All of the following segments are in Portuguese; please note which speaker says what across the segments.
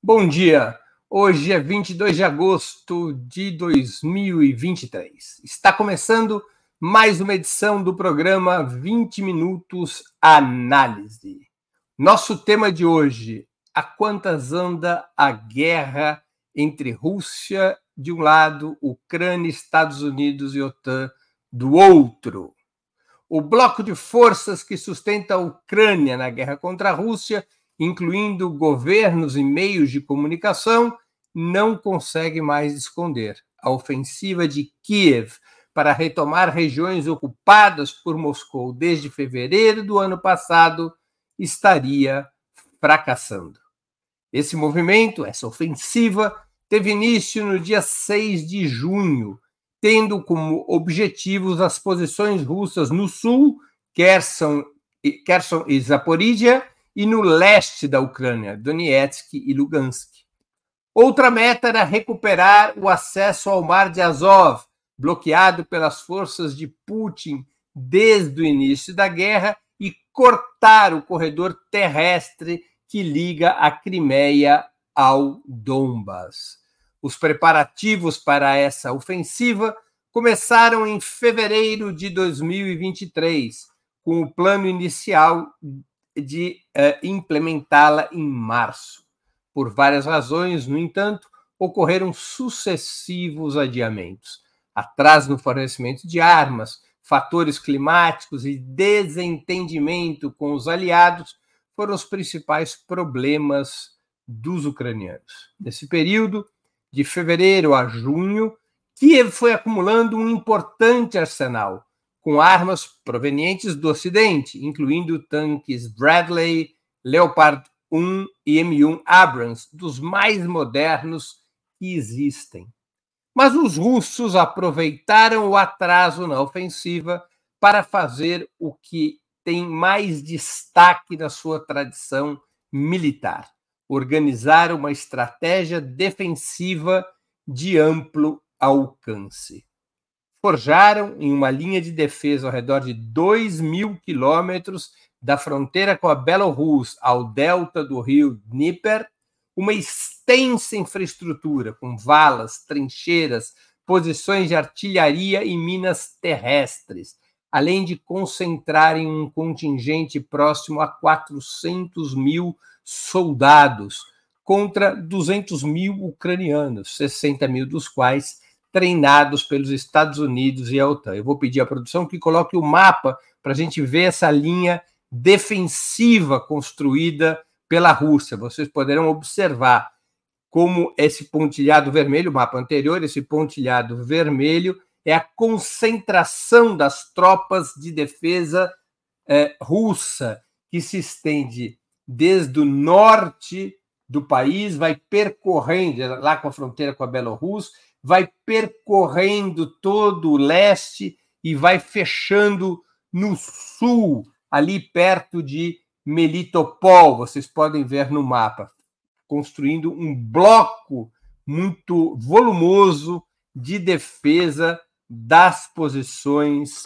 Speaker 1: Bom dia, hoje é 22 de agosto de 2023. Está começando mais uma edição do programa 20 Minutos Análise. Nosso tema de hoje, a quantas anda a guerra entre Rússia de um lado, Ucrânia, Estados Unidos e OTAN do outro. O bloco de forças que sustenta a Ucrânia na guerra contra a Rússia, incluindo governos e meios de comunicação, não consegue mais esconder. A ofensiva de Kiev para retomar regiões ocupadas por Moscou desde fevereiro do ano passado estaria fracassando. Esse movimento, essa ofensiva, teve início no dia 6 de junho, tendo como objetivos as posições russas no sul, Kherson e Zaporíжья, e no leste da Ucrânia, Donetsk e Lugansk. Outra meta era recuperar o acesso ao Mar de Azov, bloqueado pelas forças de Putin desde o início da guerra, e cortar o corredor terrestre que liga a Crimeia ao Donbas. Os preparativos para essa ofensiva começaram em fevereiro de 2023, com o plano inicial de implementá-la em março. Por várias razões, no entanto, ocorreram sucessivos adiamentos. Atraso no fornecimento de armas, fatores climáticos e desentendimento com os aliados foram os principais problemas dos ucranianos. Nesse período, de fevereiro a junho, Kiev foi acumulando um importante arsenal, com armas provenientes do Ocidente, incluindo tanques Bradley, Leopard 1 e M1 Abrams, dos mais modernos que existem. Mas os russos aproveitaram o atraso na ofensiva para fazer o que tem mais destaque na sua tradição militar: organizar uma estratégia defensiva de amplo alcance. Forjaram em uma linha de defesa ao redor de 2.000 quilômetros da fronteira com a Bielorrússia ao delta do rio Dnieper uma extensa infraestrutura com valas, trincheiras, posições de artilharia e minas terrestres, além de concentrarem um contingente próximo a 400.000 soldados contra 200.000 ucranianos, 60.000 dos quais treinados pelos Estados Unidos e a OTAN. Eu vou pedir à produção que coloque o mapa para a gente ver essa linha defensiva construída pela Rússia. Vocês poderão observar como esse pontilhado vermelho, o mapa anterior, esse pontilhado vermelho é a concentração das tropas de defesa russa, que se estende desde o norte do país, vai percorrendo, lá com a fronteira com a Bielorrússia, vai percorrendo todo o leste e vai fechando no sul, ali perto de Melitopol, vocês podem ver no mapa, construindo um bloco muito volumoso de defesa das posições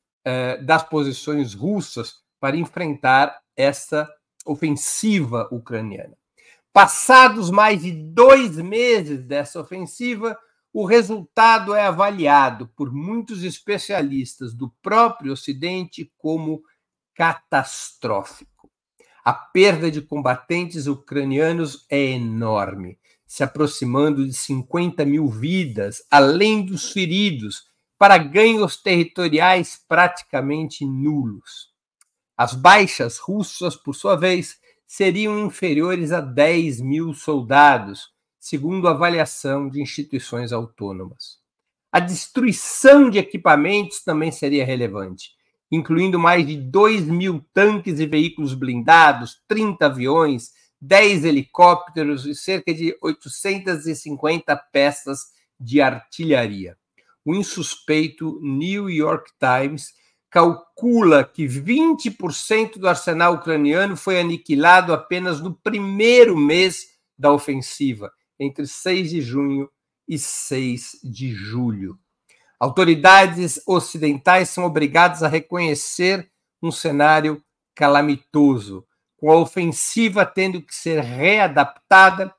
Speaker 1: russas para enfrentar essa ofensiva ucraniana. Passados mais de 2 meses dessa ofensiva, o resultado é avaliado por muitos especialistas do próprio Ocidente como catastrófico. A perda de combatentes ucranianos é enorme, se aproximando de 50.000 vidas, além dos feridos, para ganhos territoriais praticamente nulos. As baixas russas, por sua vez, seriam inferiores a 10.000 soldados, segundo a avaliação de instituições autônomas. A destruição de equipamentos também seria relevante, incluindo mais de 2.000 tanques e veículos blindados, 30 aviões, 10 helicópteros e cerca de 850 peças de artilharia. O insuspeito New York Times calcula que 20% do arsenal ucraniano foi aniquilado apenas no primeiro mês da ofensiva, entre 6 de junho e 6 de julho. Autoridades ocidentais são obrigadas a reconhecer um cenário calamitoso, com a ofensiva tendo que ser readaptada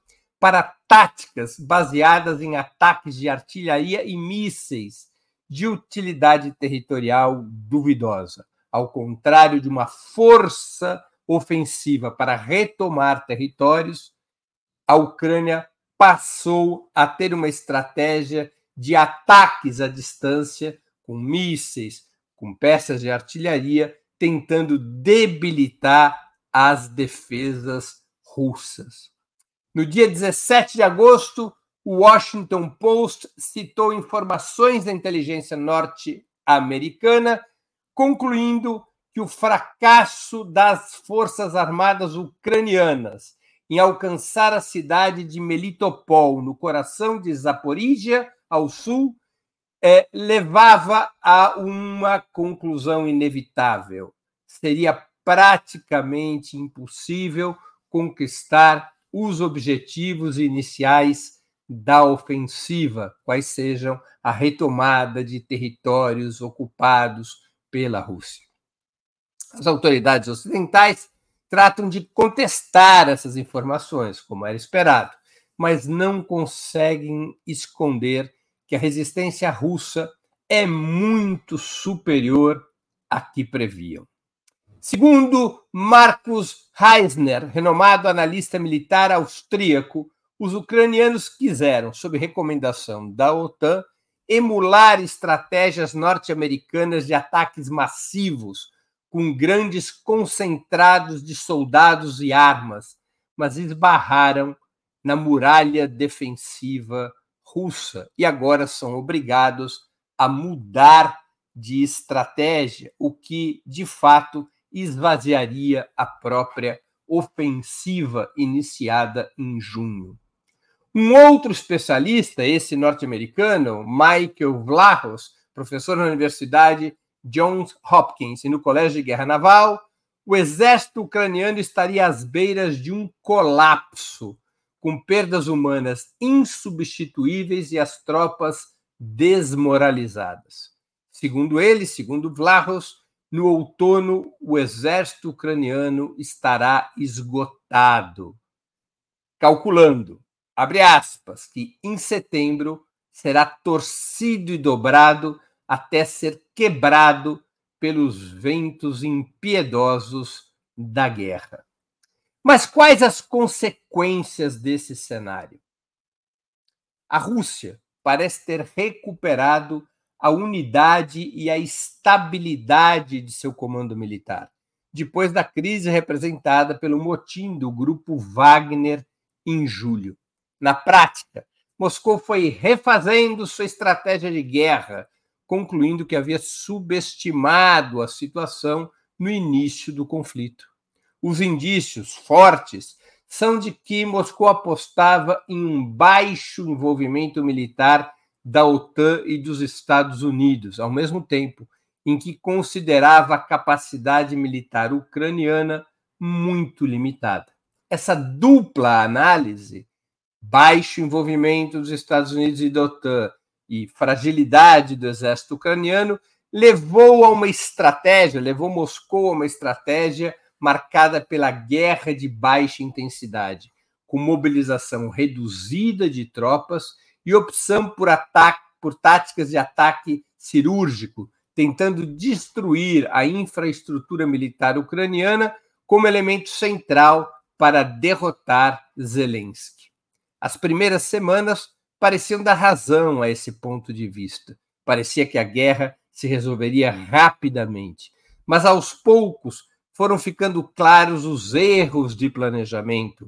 Speaker 1: para táticas baseadas em ataques de artilharia e mísseis de utilidade territorial duvidosa. Ao contrário de uma força ofensiva para retomar territórios, a Ucrânia passou a ter uma estratégia de ataques à distância, com mísseis, com peças de artilharia, tentando debilitar as defesas russas. No dia 17 de agosto, o Washington Post citou informações da inteligência norte-americana, concluindo que o fracasso das forças armadas ucranianas em alcançar a cidade de Melitopol, no coração de Zaporígia, ao sul, levava a uma conclusão inevitável. Seria praticamente impossível conquistar os objetivos iniciais da ofensiva, quais sejam a retomada de territórios ocupados pela Rússia. As autoridades ocidentais tratam de contestar essas informações, como era esperado, mas não conseguem esconder que a resistência russa é muito superior à que previam. Segundo Markus Reisner, renomado analista militar austríaco, os ucranianos quiseram, sob recomendação da OTAN, emular estratégias norte-americanas de ataques massivos, com grandes concentrados de soldados e armas, mas esbarraram na muralha defensiva russa e agora são obrigados a mudar de estratégia, o que, de fato, esvaziaria a própria ofensiva iniciada em junho. Um outro especialista, esse norte-americano, Michael Vlahos, professor na Universidade Johns Hopkins e no Colégio de Guerra Naval, o exército ucraniano estaria às beiras de um colapso, com perdas humanas insubstituíveis e as tropas desmoralizadas. Segundo ele, segundo Vlahos, no outono, o exército ucraniano estará esgotado, calculando, abre aspas, que em setembro será torcido e dobrado até ser quebrado pelos ventos impiedosos da guerra. Mas quais as consequências desse cenário? A Rússia parece ter recuperado a unidade e a estabilidade de seu comando militar, depois da crise representada pelo motim do grupo Wagner em julho. Na prática, Moscou foi refazendo sua estratégia de guerra, concluindo que havia subestimado a situação no início do conflito. Os indícios fortes são de que Moscou apostava em um baixo envolvimento militar da OTAN e dos Estados Unidos, ao mesmo tempo em que considerava a capacidade militar ucraniana muito limitada. Essa dupla análise, baixo envolvimento dos Estados Unidos e da OTAN e fragilidade do exército ucraniano, levou Moscou a uma estratégia marcada pela guerra de baixa intensidade, com mobilização reduzida de tropas e opção por táticas de ataque cirúrgico, tentando destruir a infraestrutura militar ucraniana como elemento central para derrotar Zelensky. As primeiras semanas pareciam dar razão a esse ponto de vista. Parecia que a guerra se resolveria rapidamente, mas aos poucos foram ficando claros os erros de planejamento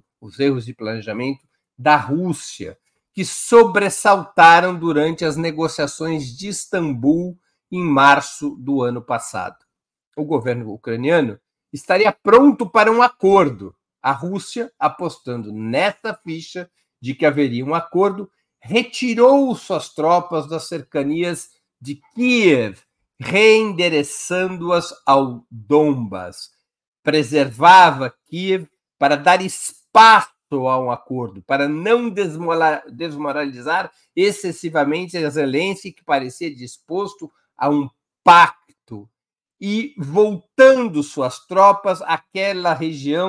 Speaker 1: da Rússia, que sobressaltaram durante as negociações de Istambul em março do ano passado. O governo ucraniano estaria pronto para um acordo. A Rússia, apostando nessa ficha de que haveria um acordo, retirou suas tropas das cercanias de Kiev, reendereçando-as ao Donbas. Preservava Kiev para dar espaço a um acordo, para não desmoralizar excessivamente a Zelensky, que parecia disposto a um pacto, e voltando suas tropas àquela região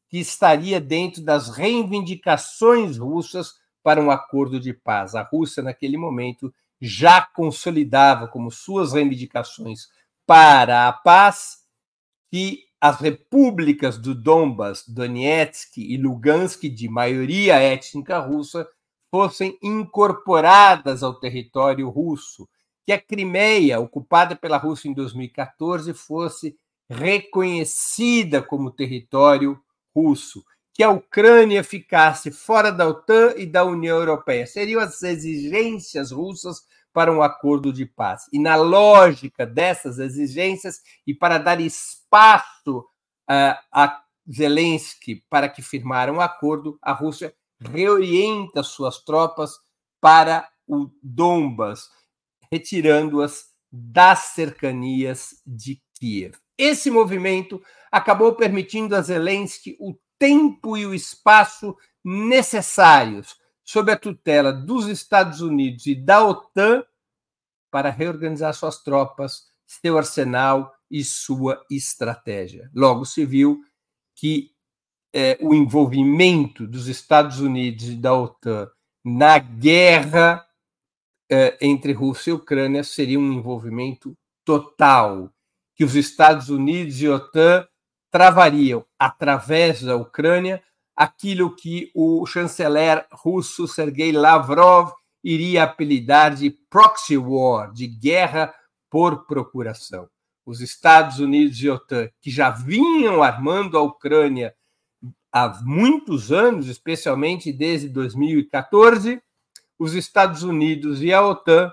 Speaker 1: que estaria dentro das reivindicações russas para um acordo de paz. A Rússia, naquele momento, já consolidava como suas reivindicações para a paz que as repúblicas do Donbas, Donetsk e Lugansk, de maioria étnica russa, fossem incorporadas ao território russo, que a Crimeia, ocupada pela Rússia em 2014, fosse reconhecida como território russo, que a Ucrânia ficasse fora da OTAN e da União Europeia. Seriam as exigências russas para um acordo de paz. E na lógica dessas exigências, e para dar espaço a Zelensky para que firmara um acordo, a Rússia reorienta suas tropas para o Donbas, retirando-as das cercanias de Kiev. Esse movimento acabou permitindo a Zelensky o tempo e o espaço necessários, sob a tutela dos Estados Unidos e da OTAN, para reorganizar suas tropas, seu arsenal e sua estratégia. Logo se viu que o envolvimento dos Estados Unidos e da OTAN na guerra entre Rússia e Ucrânia seria um envolvimento total, que os Estados Unidos e a OTAN travariam, através da Ucrânia, aquilo que o chanceler russo Sergei Lavrov iria apelidar de proxy war, de guerra por procuração. Os Estados Unidos e a OTAN, que já vinham armando a Ucrânia há muitos anos, especialmente desde 2014, os Estados Unidos e a OTAN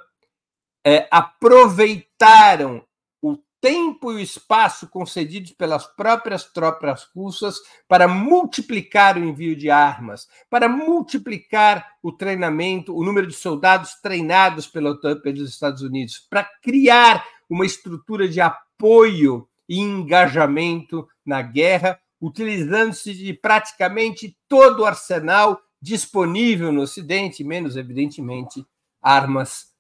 Speaker 1: aproveitaram o tempo e o espaço concedidos pelas próprias tropas russas para multiplicar o envio de armas, para multiplicar o treinamento, o número de soldados treinados pela OTAN e pelos Estados Unidos, para criar uma estrutura de apoio e engajamento na guerra, utilizando-se de praticamente todo o arsenal disponível no Ocidente, menos, evidentemente, armas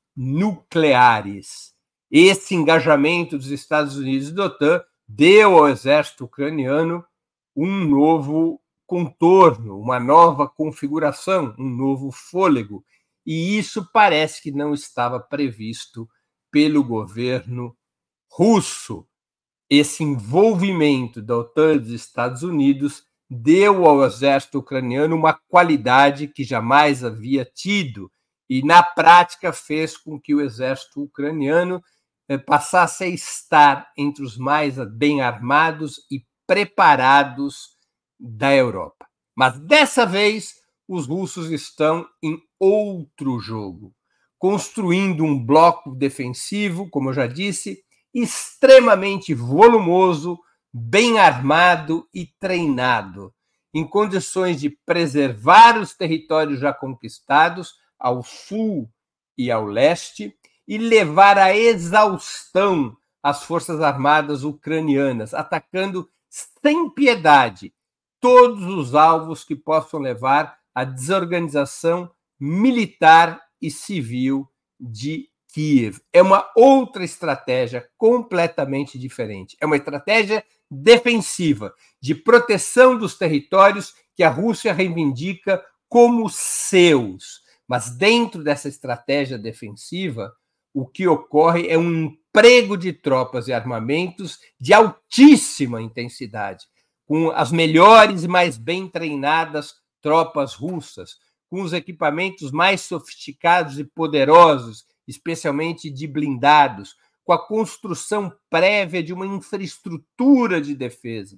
Speaker 1: nucleares. Esse engajamento dos Estados Unidos e da OTAN deu ao exército ucraniano um novo contorno, uma nova configuração, um novo fôlego. E isso parece que não estava previsto pelo governo russo. Esse envolvimento da OTAN e dos Estados Unidos deu ao exército ucraniano uma qualidade que jamais havia tido e, na prática, fez com que o exército ucraniano passasse a estar entre os mais bem armados e preparados da Europa. Mas, dessa vez, os russos estão em outro jogo, construindo um bloco defensivo, como eu já disse, extremamente volumoso, bem armado e treinado, em condições de preservar os territórios já conquistados ao sul e ao leste e levar à exaustão as forças armadas ucranianas, atacando sem piedade todos os alvos que possam levar à desorganização militar e civil de Kiev. É uma outra estratégia completamente diferente. É uma estratégia defensiva, de proteção dos territórios que a Rússia reivindica como seus. Mas dentro dessa estratégia defensiva, o que ocorre é um emprego de tropas e armamentos de altíssima intensidade, com as melhores e mais bem treinadas tropas russas, com os equipamentos mais sofisticados e poderosos, especialmente de blindados, com a construção prévia de uma infraestrutura de defesa.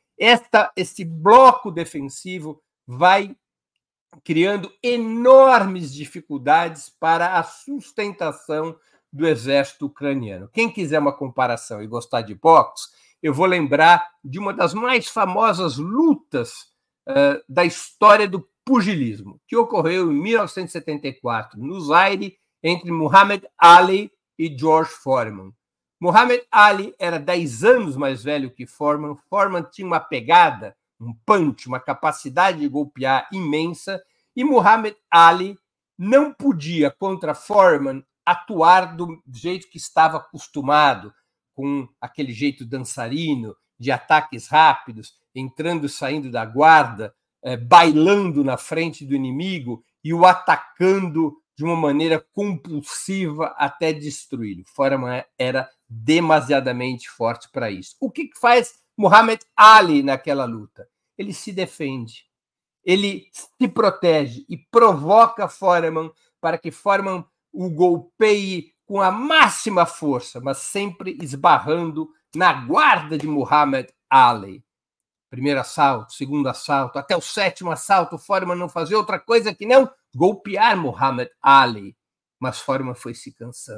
Speaker 1: Esse bloco defensivo vai criando enormes dificuldades para a sustentação do exército ucraniano. Quem quiser uma comparação e gostar de boxe, eu vou lembrar de uma das mais famosas lutas da história do pugilismo, que ocorreu em 1974, no Zaire, entre Muhammad Ali e George Foreman. Muhammad Ali era 10 anos mais velho que Foreman. Foreman tinha uma pegada, um punch, uma capacidade de golpear imensa, e Muhammad Ali não podia, contra Foreman, atuar do jeito que estava acostumado, com aquele jeito dançarino, de ataques rápidos, entrando e saindo da guarda, bailando na frente do inimigo e o atacando de uma maneira compulsiva até destruí-lo. Foreman era demasiadamente forte para isso. O que faz Muhammad Ali naquela luta? Ele se defende, ele se protege e provoca Foreman para que Foreman o golpeie com a máxima força, mas sempre esbarrando na guarda de Muhammad Ali. Primeiro assalto, segundo assalto, até o sétimo assalto, Foreman não fazia outra coisa que não golpear Muhammad Ali. Mas Foreman foi se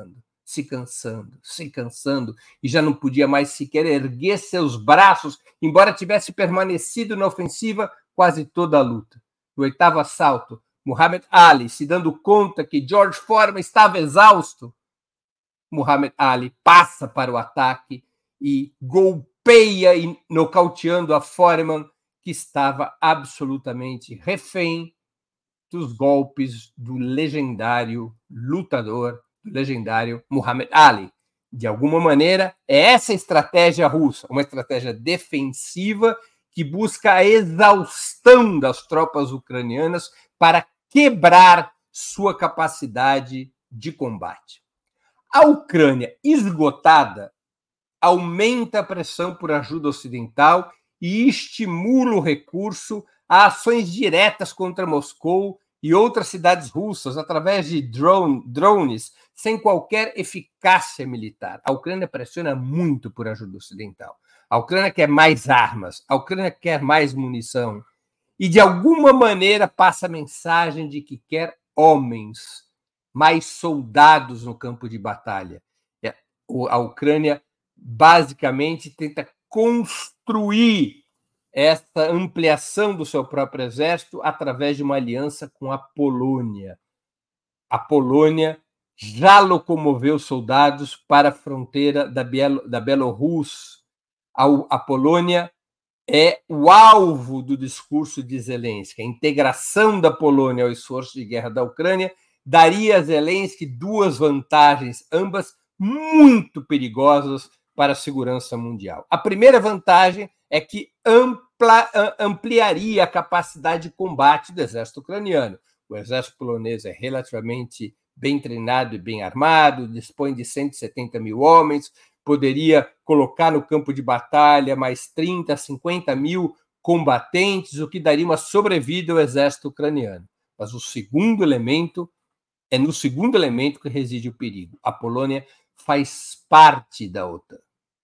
Speaker 1: cansando, e já não podia mais sequer erguer seus braços, embora tivesse permanecido na ofensiva quase toda a luta. No oitavo assalto, Muhammad Ali, se dando conta que George Foreman estava exausto, Muhammad Ali passa para o ataque e golpeia e nocauteando a Foreman, que estava absolutamente refém dos golpes do legendário lutador, do legendário Muhammad Ali. De alguma maneira, é essa estratégia russa, uma estratégia defensiva que busca a exaustão das tropas ucranianas para quebrar sua capacidade de combate. A Ucrânia, esgotada, aumenta a pressão por ajuda ocidental e estimula o recurso a ações diretas contra Moscou e outras cidades russas através de drones sem qualquer eficácia militar. A Ucrânia pressiona muito por ajuda ocidental. A Ucrânia quer mais armas, a Ucrânia quer mais munição e, de alguma maneira, passa a mensagem de que quer homens, mais soldados no campo de batalha. A Ucrânia basicamente tenta construir essa ampliação do seu próprio exército através de uma aliança com a Polônia. A Polônia já locomoveu soldados para a fronteira da Bielorrússia. A Polônia é o alvo do discurso de Zelensky. A integração da Polônia ao esforço de guerra da Ucrânia daria a Zelensky duas vantagens, ambas muito perigosas para a segurança mundial. A primeira vantagem é que ampliaria a capacidade de combate do exército ucraniano. O exército polonês é relativamente bem treinado e bem armado, dispõe de 170 mil homens, poderia colocar no campo de batalha mais 30, 50 mil combatentes, o que daria uma sobrevida ao exército ucraniano. Mas o segundo elemento é no segundo elemento que reside o perigo. A Polônia faz parte da OTAN.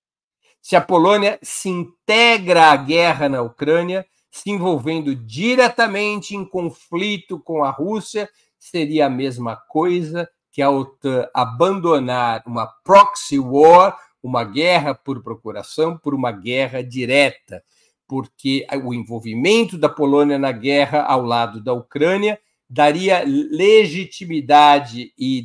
Speaker 1: Se a Polônia se integra à guerra na Ucrânia, se envolvendo diretamente em conflito com a Rússia, seria a mesma coisa que a OTAN abandonar uma proxy war, uma guerra por procuração, por uma guerra direta, porque o envolvimento da Polônia na guerra ao lado da Ucrânia daria legitimidade e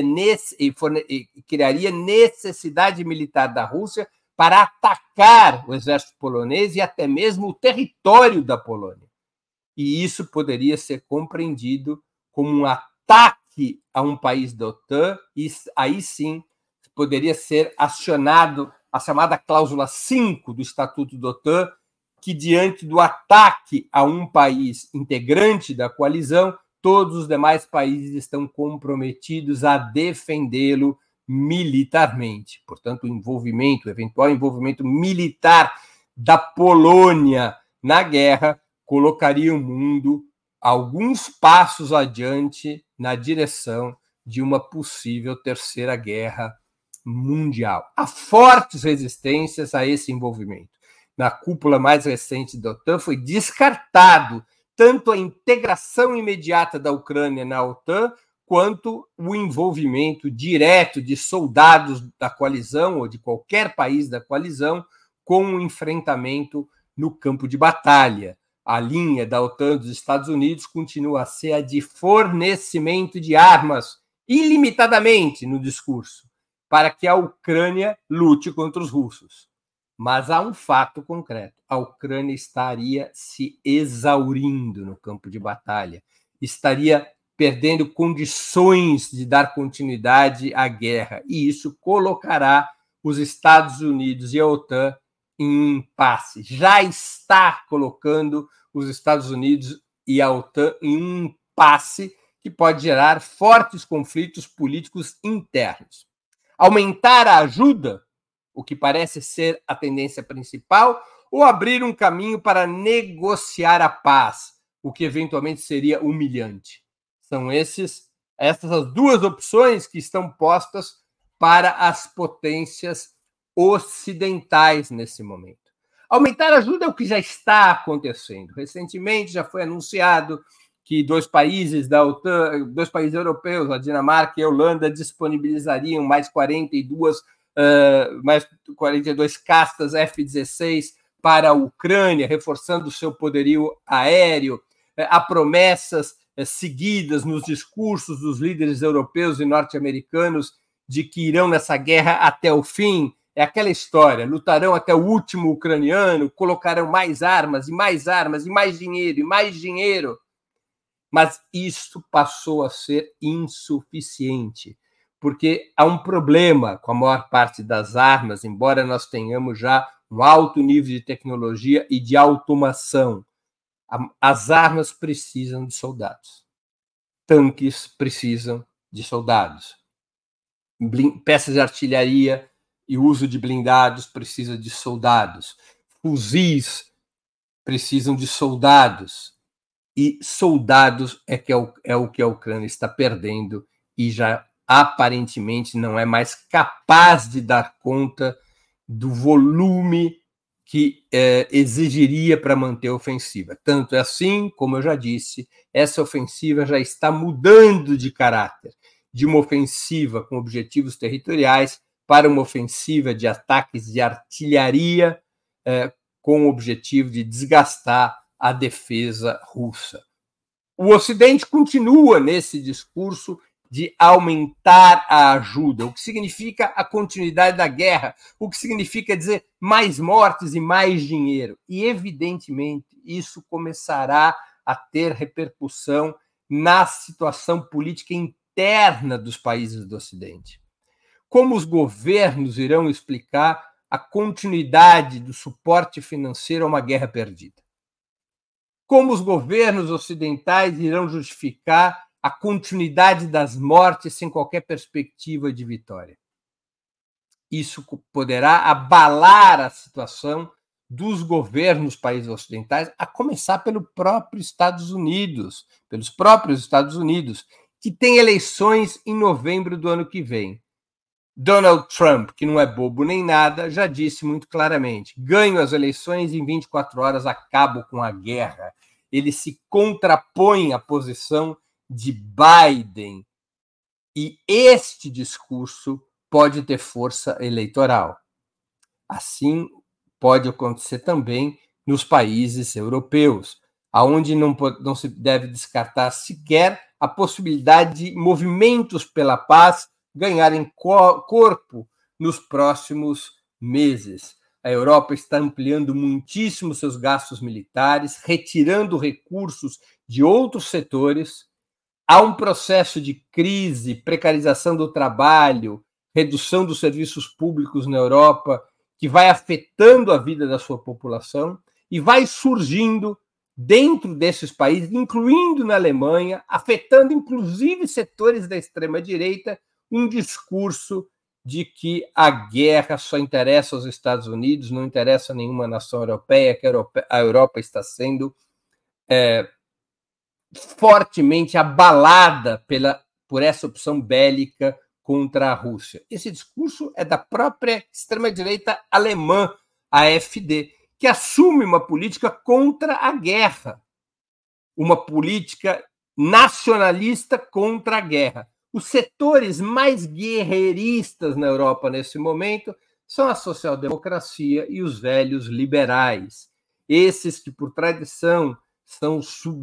Speaker 1: criaria necessidade militar da Rússia para atacar o exército polonês e até mesmo o território da Polônia. E isso poderia ser compreendido como um ataque a um país da OTAN, e aí sim poderia ser acionado a chamada cláusula 5 do Estatuto da OTAN, que diante do ataque a um país integrante da coalizão, todos os demais países estão comprometidos a defendê-lo militarmente. Portanto, o eventual envolvimento militar da Polônia na guerra colocaria o mundo alguns passos adiante na direção de uma possível terceira guerra mundial. Há fortes resistências a esse envolvimento. Na cúpula mais recente da OTAN foi descartado tanto a integração imediata da Ucrânia na OTAN, quanto o envolvimento direto de soldados da coalizão ou de qualquer país da coalizão com o enfrentamento no campo de batalha. A linha da OTAN dos Estados Unidos continua a ser a de fornecimento de armas ilimitadamente no discurso, para que a Ucrânia lute contra os russos. Mas há um fato concreto: a Ucrânia estaria se exaurindo no campo de batalha, estaria perdendo condições de dar continuidade à guerra, e isso colocará os Estados Unidos e a OTAN em um impasse, já está colocando os Estados Unidos e a OTAN em um impasse que pode gerar fortes conflitos políticos internos. Aumentar a ajuda, o que parece ser a tendência principal, ou abrir um caminho para negociar a paz, o que eventualmente seria humilhante. São essas as duas opções que estão postas para as potências ocidentais nesse momento. Aumentar a ajuda é o que já está acontecendo. Recentemente já foi anunciado que dois países da OTAN, dois países europeus, a Dinamarca e a Holanda, disponibilizariam mais 42 castas F-16 para a Ucrânia, reforçando o seu poderio aéreo. Há promessas seguidas nos discursos dos líderes europeus e norte-americanos de que irão nessa guerra até o fim. É aquela história, lutarão até o último ucraniano, colocarão mais armas, e mais armas, e mais dinheiro, e mais dinheiro. Mas isso passou a ser insuficiente, porque há um problema com a maior parte das armas, embora nós tenhamos já um alto nível de tecnologia e de automação. As armas precisam de soldados. Tanques precisam de soldados. Peças de artilharia e uso de blindados precisa de soldados. Fuzis precisam de soldados. E soldados é o que a Ucrânia está perdendo e já aparentemente não é mais capaz de dar conta do volume que exigiria para manter a ofensiva. Tanto é assim, como eu já disse, essa ofensiva já está mudando de caráter, de uma ofensiva com objetivos territoriais para uma ofensiva de ataques de artilharia com o objetivo de desgastar a defesa russa. O Ocidente continua nesse discurso de aumentar a ajuda, o que significa a continuidade da guerra, o que significa dizer mais mortes e mais dinheiro. E, evidentemente, isso começará a ter repercussão na situação política interna dos países do Ocidente. Como os governos irão explicar a continuidade do suporte financeiro a uma guerra perdida? Como os governos ocidentais irão justificar a continuidade das mortes sem qualquer perspectiva de vitória? Isso poderá abalar a situação dos governos países ocidentais, a começar pelos próprios Estados Unidos, que tem eleições em novembro do ano que vem. Donald Trump, que não é bobo nem nada, já disse muito claramente: ganho as eleições e em 24 horas acabo com a guerra. Ele se contrapõe à posição de Biden. E este discurso pode ter força eleitoral. Assim, pode acontecer também nos países europeus, onde não se deve descartar sequer a possibilidade de movimentos pela paz ganharem corpo nos próximos meses. A Europa está ampliando muitíssimo seus gastos militares, retirando recursos de outros setores. Há um processo de crise, precarização do trabalho, redução dos serviços públicos na Europa, que vai afetando a vida da sua população e vai surgindo dentro desses países, incluindo na Alemanha, afetando inclusive setores da extrema-direita, um discurso de que a guerra só interessa aos Estados Unidos, não interessa a nenhuma nação europeia, que a Europa está sendo fortemente abalada por essa opção bélica contra a Rússia. Esse discurso é da própria extrema-direita alemã, a AfD, que assume uma política contra a guerra, uma política nacionalista contra a guerra. Os setores mais guerreiristas na Europa nesse momento são a social-democracia e os velhos liberais. Esses que, por tradição, são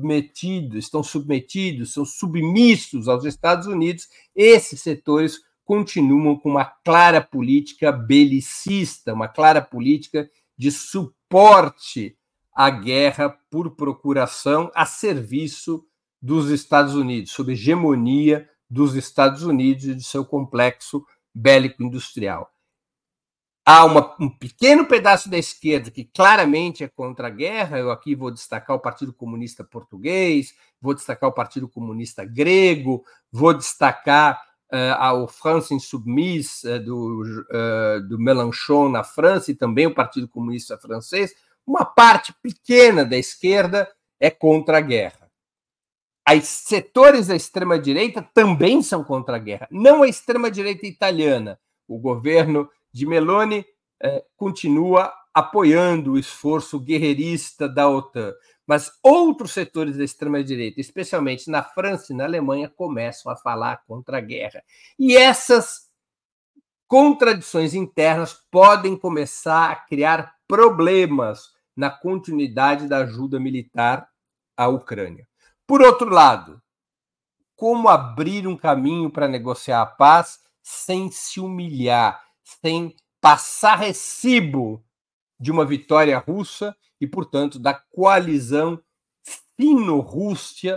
Speaker 1: submissos aos Estados Unidos, esses setores continuam com uma clara política belicista, uma clara política de suporte à guerra por procuração a serviço dos Estados Unidos, sob hegemonia dos Estados Unidos e de seu complexo bélico-industrial. há um pequeno pedaço da esquerda que claramente é contra a guerra. Eu aqui vou destacar o Partido Comunista Português, vou destacar o Partido Comunista Grego, vou destacar o France Insoumise do Mélenchon na França e também o Partido Comunista Francês. Uma parte pequena da esquerda é contra a guerra. Os setores da extrema-direita também são contra a guerra. Não a extrema-direita italiana. O governo de Meloni continua apoiando o esforço guerreirista da OTAN. Mas outros setores da extrema-direita, especialmente na França e na Alemanha, começam a falar contra a guerra. E essas contradições internas podem começar a criar problemas na continuidade da ajuda militar à Ucrânia. Por outro lado, como abrir um caminho para negociar a paz sem se humilhar, sem passar recibo de uma vitória russa e, portanto, da coalizão sino-russa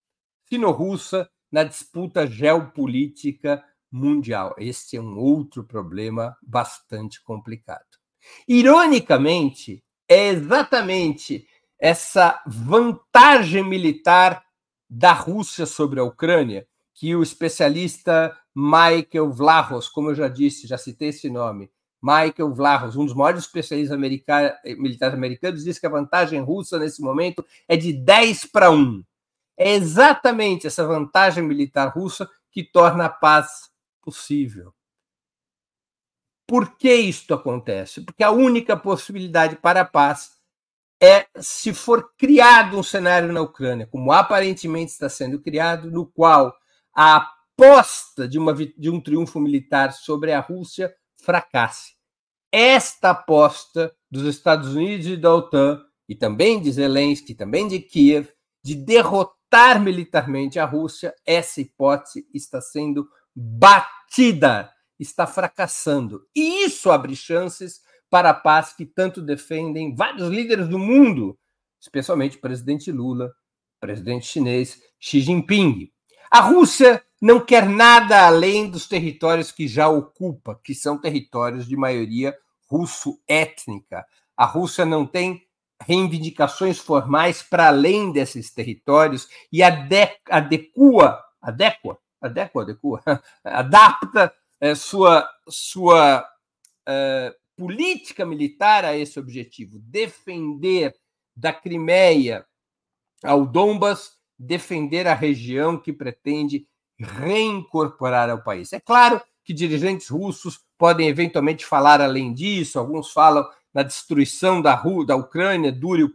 Speaker 1: na disputa geopolítica mundial. Este é um outro problema bastante complicado. Ironicamente, é exatamente essa vantagem militar da Rússia sobre a Ucrânia que o especialista Michael Vlahos, como eu já disse, já citei esse nome, Michael Vlahos, um dos maiores especialistas militares americanos, diz que a vantagem russa nesse momento é de 10-1. É exatamente essa vantagem militar russa que torna a paz possível. Por que isto acontece? Porque a única possibilidade para a paz é se for criado um cenário na Ucrânia, como aparentemente está sendo criado, no qual a aposta de um triunfo militar sobre a Rússia fracasse. Esta aposta dos Estados Unidos e da OTAN, e também de Zelensky, também de Kiev, de derrotar militarmente a Rússia, essa hipótese está sendo batida, está fracassando. E isso abre chances para a paz que tanto defendem vários líderes do mundo, especialmente o presidente Lula, o presidente chinês Xi Jinping. A Rússia não quer nada além dos territórios que já ocupa, que são territórios de maioria russo-étnica. A Rússia não tem reivindicações formais para além desses territórios e adapta sua política militar a esse objetivo, defender da Crimeia ao Donbas, defender a região que pretende reincorporar ao país. É claro que dirigentes russos podem eventualmente falar além disso, alguns falam na destruição da Ucrânia,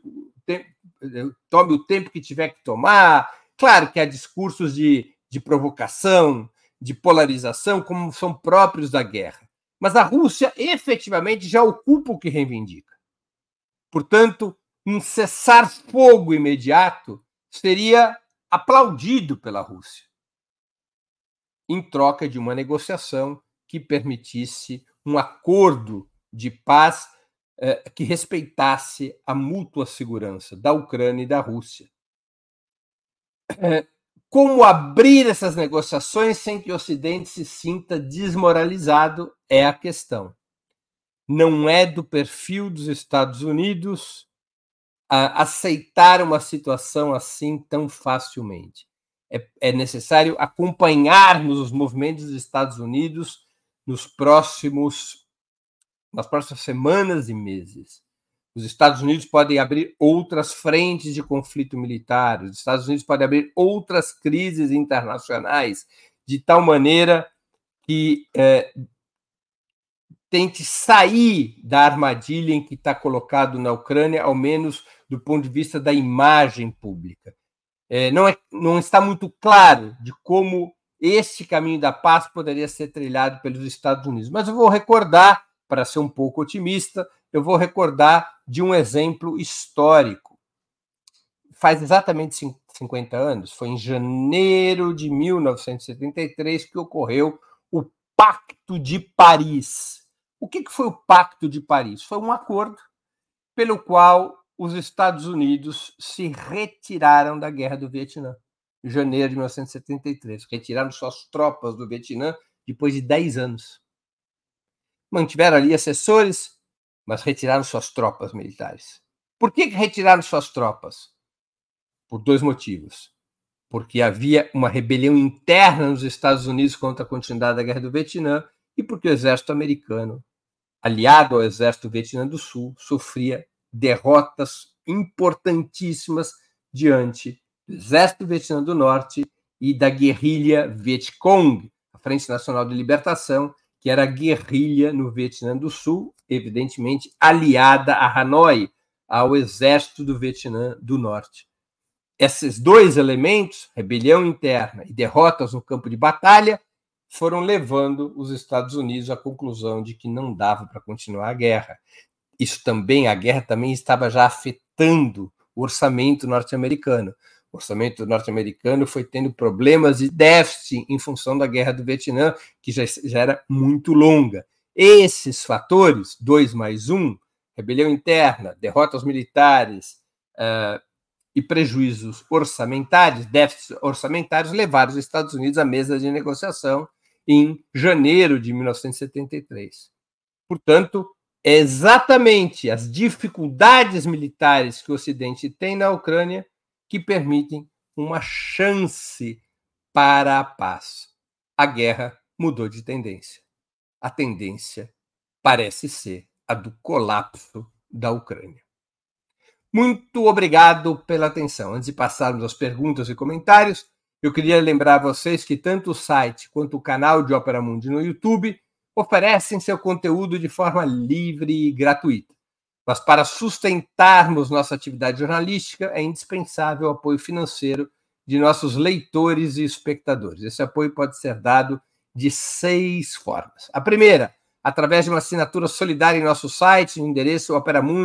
Speaker 1: tome o tempo que tiver que tomar. Claro que há discursos de provocação, de polarização, como são próprios da guerra. Mas a Rússia efetivamente já ocupa o que reivindica. Portanto, um cessar-fogo imediato seria aplaudido pela Rússia, em troca de uma negociação que permitisse um acordo de paz que respeitasse a mútua segurança da Ucrânia e da Rússia. Como abrir essas negociações sem que o Ocidente se sinta desmoralizado é a questão. Não é do perfil dos Estados Unidos aceitar uma situação assim tão facilmente. É necessário acompanharmos os movimentos dos Estados Unidos nas próximas semanas e meses. Os Estados Unidos podem abrir outras frentes de conflito militar, os Estados Unidos podem abrir outras crises internacionais, de tal maneira que tente sair da armadilha em que está colocado na Ucrânia, ao menos do ponto de vista da imagem pública. Não está muito claro de como este caminho da paz poderia ser trilhado pelos Estados Unidos. Mas eu vou recordar, para ser um pouco otimista, eu vou recordar de um exemplo histórico. Faz exatamente 50 anos, foi em janeiro de 1973 que ocorreu o Pacto de Paris. O que foi o Pacto de Paris? Foi um acordo pelo qual os Estados Unidos se retiraram da Guerra do Vietnã, em janeiro de 1973. Retiraram suas tropas do Vietnã depois de 10 anos. mantiveram ali assessores, mas retiraram suas tropas militares. Por que retiraram suas tropas? Por dois motivos. Porque havia uma rebelião interna nos Estados Unidos contra a continuidade da Guerra do Vietnã e porque o exército americano, aliado ao exército do Vietnã do Sul, sofria derrotas importantíssimas diante do exército do Vietnã do Norte e da guerrilha Vietcong, a Frente Nacional de Libertação, que era a guerrilha no Vietnã do Sul, evidentemente aliada a Hanoi, ao exército do Vietnã do Norte. Esses dois elementos, rebelião interna e derrotas no campo de batalha, foram levando os Estados Unidos à conclusão de que não dava para continuar a guerra. A guerra também estava já afetando o orçamento norte-americano. O orçamento norte-americano foi tendo problemas de déficit em função da guerra do Vietnã, que já era muito longa. Esses fatores, 2 mais 1, rebelião interna, derrotas militares e prejuízos orçamentários, déficits orçamentários, levaram os Estados Unidos à mesa de negociação em janeiro de 1973. Portanto, é exatamente as dificuldades militares que o Ocidente tem na Ucrânia que permitem uma chance para a paz. A guerra mudou de tendência. A tendência parece ser a do colapso da Ucrânia. Muito obrigado pela atenção. Antes de passarmos às perguntas e comentários, eu queria lembrar a vocês que tanto o site quanto o canal de Ópera Mundi no YouTube oferecem seu conteúdo de forma livre e gratuita. Mas para sustentarmos nossa atividade jornalística, é indispensável o apoio financeiro de nossos leitores e espectadores. Esse apoio pode ser dado de 6 formas. A primeira, através de uma assinatura solidária em nosso site, no endereço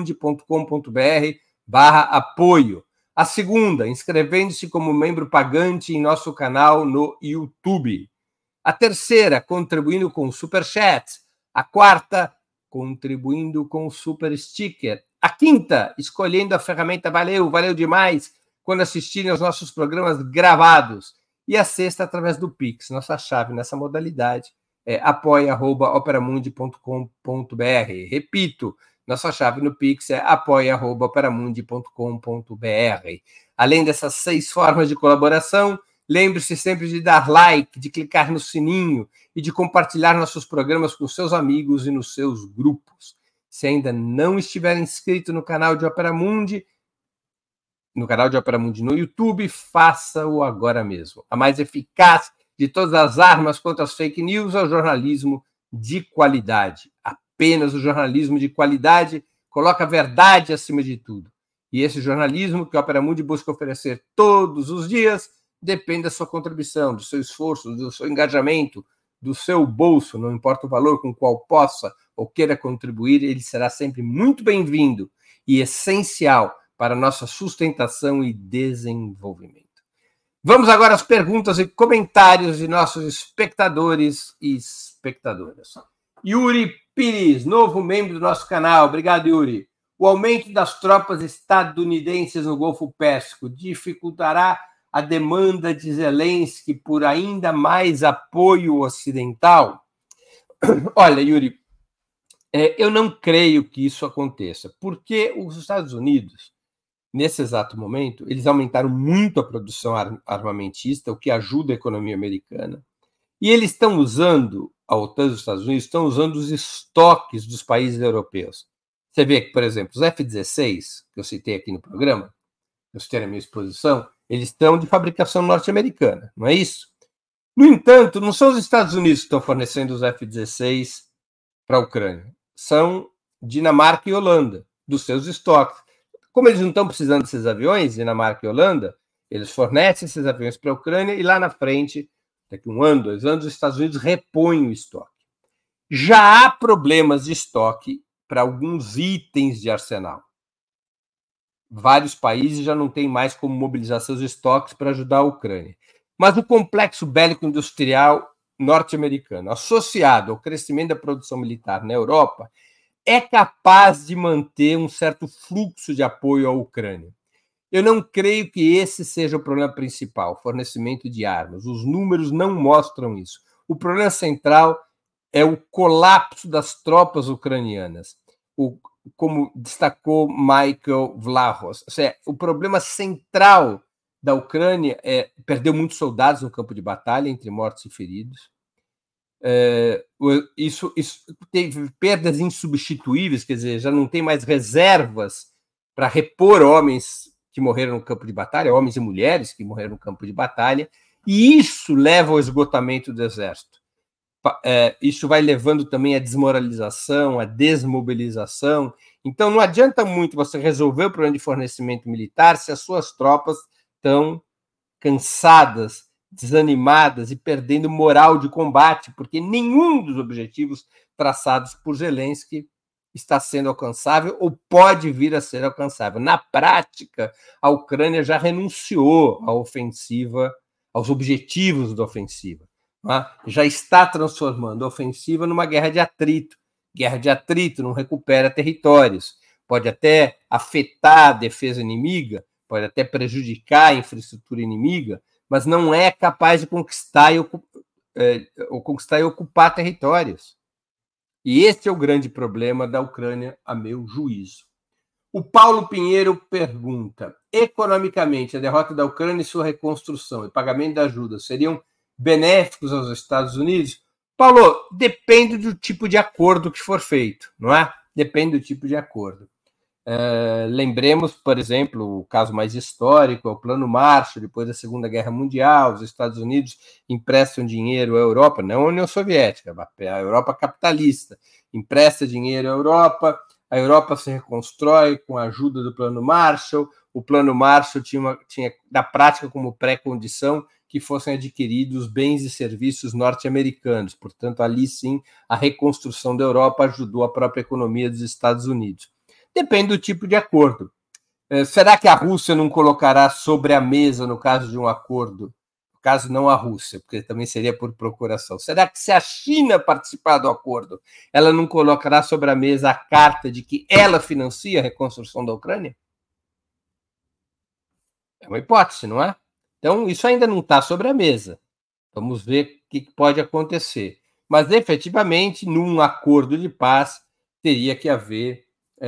Speaker 1: operamundi.com.br/apoio. A segunda, inscrevendo-se como membro pagante em nosso canal no YouTube. A terceira, contribuindo com o Super Chat. A quarta, contribuindo com o Super Sticker. A quinta, escolhendo a ferramenta valeu demais, quando assistirem aos nossos programas gravados. E a sexta, através do Pix. Nossa chave nessa modalidade é apoia@operamundi.com.br. Repito, nossa chave no Pix é apoia@operamundi.com.br. Além dessas 6 formas de colaboração, lembre-se sempre de dar like, de clicar no sininho e de compartilhar nossos programas com seus amigos e nos seus grupos. Se ainda não estiver inscrito no canal de Ópera Mundi, no YouTube, faça-o agora mesmo. A mais eficaz de todas as armas contra as fake news é o jornalismo de qualidade. Apenas o jornalismo de qualidade coloca a verdade acima de tudo. E esse jornalismo que a Ópera Mundi busca oferecer todos os dias depende da sua contribuição, do seu esforço, do seu engajamento, do seu bolso, não importa o valor com o qual possa ou queira contribuir, ele será sempre muito bem-vindo e essencial para a nossa sustentação e desenvolvimento. Vamos agora às perguntas e comentários de nossos espectadores e espectadoras. Yuri Pires, novo membro do nosso canal. Obrigado, Yuri. O aumento das tropas estadunidenses no Golfo Pérsico dificultará a demanda de Zelensky por ainda mais apoio ocidental? Olha, Yuri, eu não creio que isso aconteça, porque os Estados Unidos, nesse exato momento, eles aumentaram muito a produção armamentista, o que ajuda a economia americana, e eles estão usando, a OTAN e os Estados Unidos estão usando os estoques dos países europeus. Você vê que, por exemplo, os F-16, que eu citei aqui no programa, eu citei na minha exposição, eles estão de fabricação norte-americana, não é isso? No entanto, não são os Estados Unidos que estão fornecendo os F-16 para a Ucrânia, são Dinamarca e Holanda, dos seus estoques. Como eles não estão precisando desses aviões, Dinamarca e Holanda, eles fornecem esses aviões para a Ucrânia e lá na frente, daqui 1 ano, 2 anos, os Estados Unidos repõem o estoque. Já há problemas de estoque para alguns itens de arsenal. Vários países já não têm mais como mobilizar seus estoques para ajudar a Ucrânia. Mas o complexo bélico-industrial norte-americano, associado ao crescimento da produção militar na Europa, é capaz de manter um certo fluxo de apoio à Ucrânia. Eu não creio que esse seja o problema principal, fornecimento de armas. Os números não mostram isso. O problema central é o colapso das tropas ucranianas. Como destacou Michael Vlahos, o problema central da Ucrânia perdeu muitos soldados no campo de batalha, entre mortos e feridos. Isso teve perdas insubstituíveis, quer dizer, já não tem mais reservas para repor homens que morreram no campo de batalha, homens e mulheres que morreram no campo de batalha, e isso leva ao esgotamento do exército. Isso vai levando também à desmoralização, à desmobilização. Então, não adianta muito você resolver o problema de fornecimento militar se as suas tropas estão cansadas, desanimadas e perdendo moral de combate, porque nenhum dos objetivos traçados por Zelensky está sendo alcançável ou pode vir a ser alcançável. Na prática, a Ucrânia já renunciou à ofensiva, aos objetivos da ofensiva. Já está transformando a ofensiva numa guerra de atrito. Guerra de atrito não recupera territórios, pode até afetar a defesa inimiga, pode até prejudicar a infraestrutura inimiga, mas não é capaz de conquistar e ocupar territórios. E esse é o grande problema da Ucrânia, a meu juízo. O Paulo Pinheiro pergunta: economicamente, a derrota da Ucrânia e sua reconstrução e pagamento da ajuda seriam benéficos aos Estados Unidos? Paulo, depende do tipo de acordo que for feito, não é? Depende do tipo de acordo. Lembremos, por exemplo, o caso mais histórico é o Plano Marshall, depois da Segunda Guerra Mundial. Os Estados Unidos emprestam dinheiro à Europa, não à União Soviética, a Europa capitalista empresta dinheiro à Europa, a Europa se reconstrói com a ajuda do Plano Marshall. O Plano Marshall tinha na prática como pré-condição que fossem adquiridos bens e serviços norte-americanos. Portanto, ali sim, a reconstrução da Europa ajudou a própria economia dos Estados Unidos. Depende do tipo de acordo. Será que a Rússia não colocará sobre a mesa, no caso de um acordo, no caso não a Rússia, porque também seria por procuração, será que se a China participar do acordo, ela não colocará sobre a mesa a carta de que ela financia a reconstrução da Ucrânia? É uma hipótese, não é? Então, isso ainda não está sobre a mesa. Vamos ver o que pode acontecer. Mas, efetivamente, num acordo de paz, teria que haver,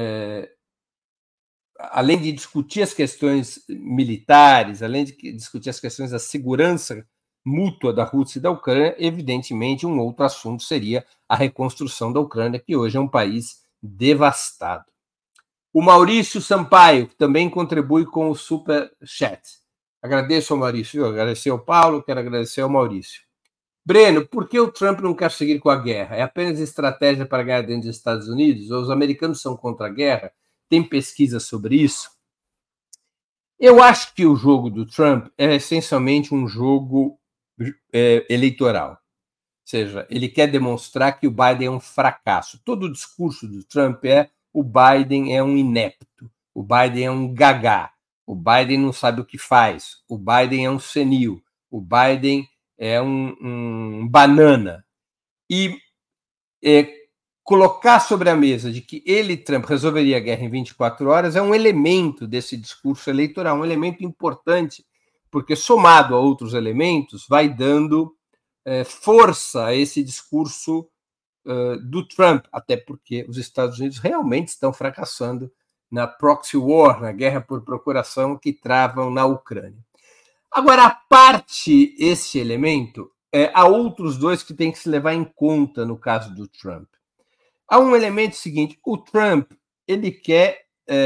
Speaker 1: além de discutir as questões militares, além de discutir as questões da segurança mútua da Rússia e da Ucrânia, evidentemente, um outro assunto seria a reconstrução da Ucrânia, que hoje é um país devastado. O Maurício Sampaio, que também contribui com o Super Chat. Agradeço ao Maurício, agradecer ao Paulo, quero agradecer ao Maurício. Breno, por que o Trump não quer seguir com a guerra? É apenas estratégia para ganhar dentro dos Estados Unidos? Ou os americanos são contra a guerra? Tem pesquisa sobre isso? Eu acho que o jogo do Trump é essencialmente um jogo eleitoral. Ou seja, ele quer demonstrar que o Biden é um fracasso. Todo o discurso do Trump o Biden é um inepto, o Biden é um gagá, o Biden não sabe o que faz, o Biden é um senil, o Biden é um banana. E colocar sobre a mesa de que ele, Trump, resolveria a guerra em 24 horas é um elemento desse discurso eleitoral, um elemento importante, porque somado a outros elementos, vai dando força a esse discurso do Trump, até porque os Estados Unidos realmente estão fracassando na proxy war, na guerra por procuração que travam na Ucrânia. Agora, a parte esse elemento, há outros dois que tem que se levar em conta no caso do Trump. Há um elemento seguinte: o Trump, ele quer,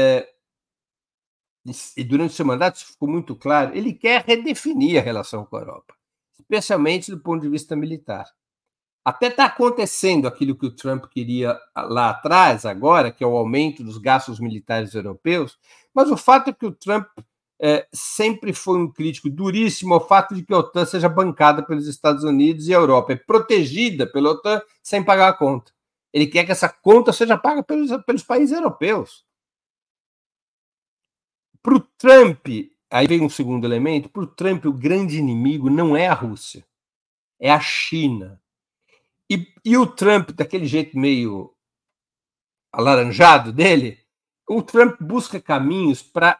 Speaker 1: e durante o seu mandato isso ficou muito claro, ele quer redefinir a relação com a Europa, especialmente do ponto de vista militar. Até está acontecendo aquilo que o Trump queria lá atrás, agora, que é o aumento dos gastos militares europeus, mas o fato é que o Trump sempre foi um crítico duríssimo ao fato de que a OTAN seja bancada pelos Estados Unidos e a Europa é protegida pela OTAN sem pagar a conta. Ele quer que essa conta seja paga pelos países europeus. Para o Trump, aí vem um segundo elemento, para o Trump o grande inimigo não é a Rússia, é a China. E o Trump, daquele jeito meio alaranjado dele, o Trump busca caminhos para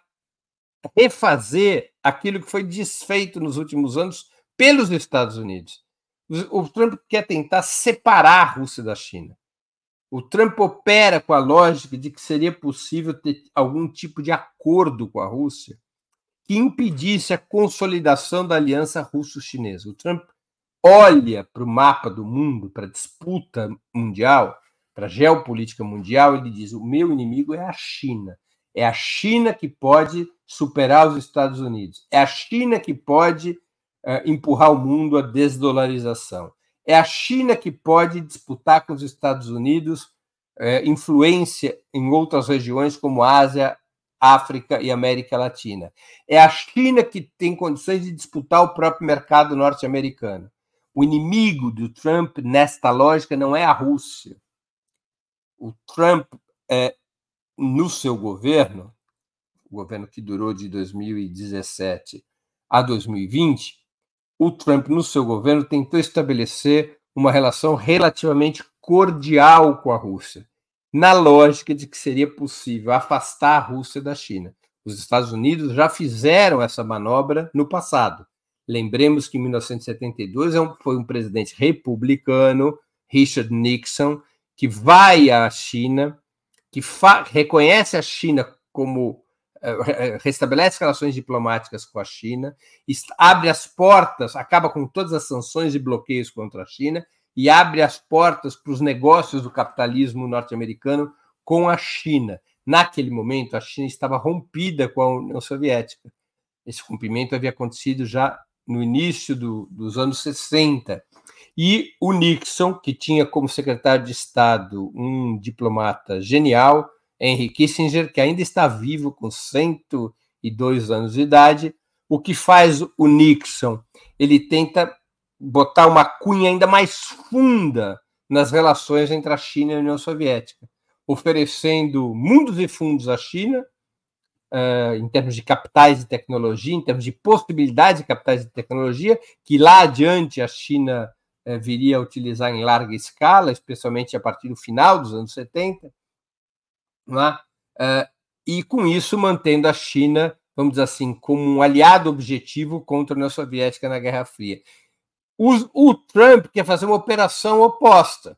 Speaker 1: refazer aquilo que foi desfeito nos últimos anos pelos Estados Unidos. O Trump quer tentar separar a Rússia da China. O Trump opera com a lógica de que seria possível ter algum tipo de acordo com a Rússia que impedisse a consolidação da aliança russo-chinesa. O Trump olha para o mapa do mundo, para a disputa mundial, para a geopolítica mundial, ele diz: o meu inimigo é a China. É a China que pode superar os Estados Unidos. É a China que pode empurrar o mundo à desdolarização. É a China que pode disputar com os Estados Unidos influência em outras regiões como Ásia, África e América Latina. É a China que tem condições de disputar o próprio mercado norte-americano. O inimigo do Trump, nesta lógica, não é a Rússia. O Trump, no seu governo, o governo que durou de 2017 a 2020, o Trump, no seu governo, tentou estabelecer uma relação relativamente cordial com a Rússia, na lógica de que seria possível afastar a Rússia da China. Os Estados Unidos já fizeram essa manobra no passado. Lembremos que em 1972 foi um presidente republicano, Richard Nixon, que vai à China, que reconhece a China como restabelece relações diplomáticas com a China, abre as portas, acaba com todas as sanções e bloqueios contra a China e abre as portas para os negócios do capitalismo norte-americano com a China. Naquele momento, a China estava rompida com a União Soviética. Esse rompimento havia acontecido já no início dos anos 60. E o Nixon, que tinha como secretário de Estado um diplomata genial, Henry Kissinger, que ainda está vivo com 102 anos de idade, o que faz o Nixon? Ele tenta botar uma cunha ainda mais funda nas relações entre a China e a União Soviética, oferecendo mundos e fundos à China, em termos de capitais de tecnologia, em termos de possibilidade de capitais de tecnologia, que lá adiante a China viria a utilizar em larga escala, especialmente a partir do final dos anos 70, e com isso mantendo a China, vamos dizer assim, como um aliado objetivo contra a União Soviética na Guerra Fria. O Trump quer fazer uma operação oposta.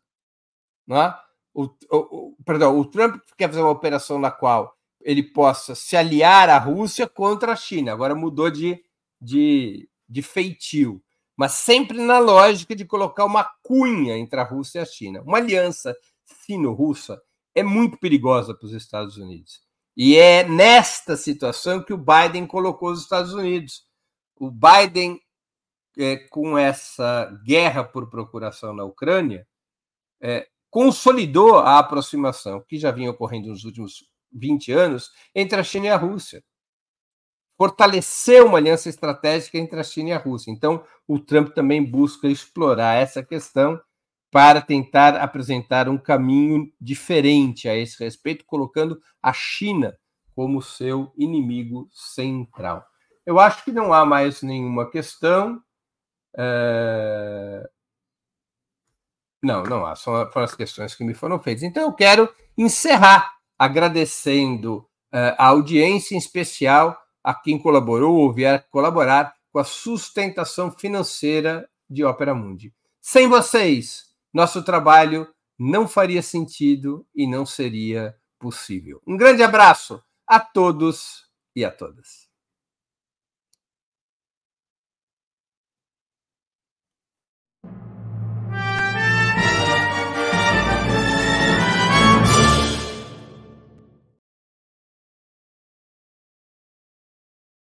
Speaker 1: O Trump quer fazer uma operação na qual ele possa se aliar à Rússia contra a China. Agora mudou de feitio, mas sempre na lógica de colocar uma cunha entre a Rússia e a China. Uma aliança sino-russa é muito perigosa para os Estados Unidos. E é nesta situação que o Biden colocou os Estados Unidos. O Biden, com essa guerra por procuração na Ucrânia, consolidou a aproximação que já vinha ocorrendo nos últimos 20 anos entre a China e a Rússia. Fortaleceu uma aliança estratégica entre a China e a Rússia. Então, o Trump também busca explorar essa questão para tentar apresentar um caminho diferente a esse respeito, colocando a China como seu inimigo central. Eu acho que não há mais nenhuma questão. Não há. Foram as questões que me foram feitas. Então, eu quero encerrar agradecendo a audiência, em especial a quem colaborou ou vier colaborar com a sustentação financeira de Opera Mundi. Sem vocês, nosso trabalho não faria sentido e não seria possível. Um grande abraço a todos e a todas.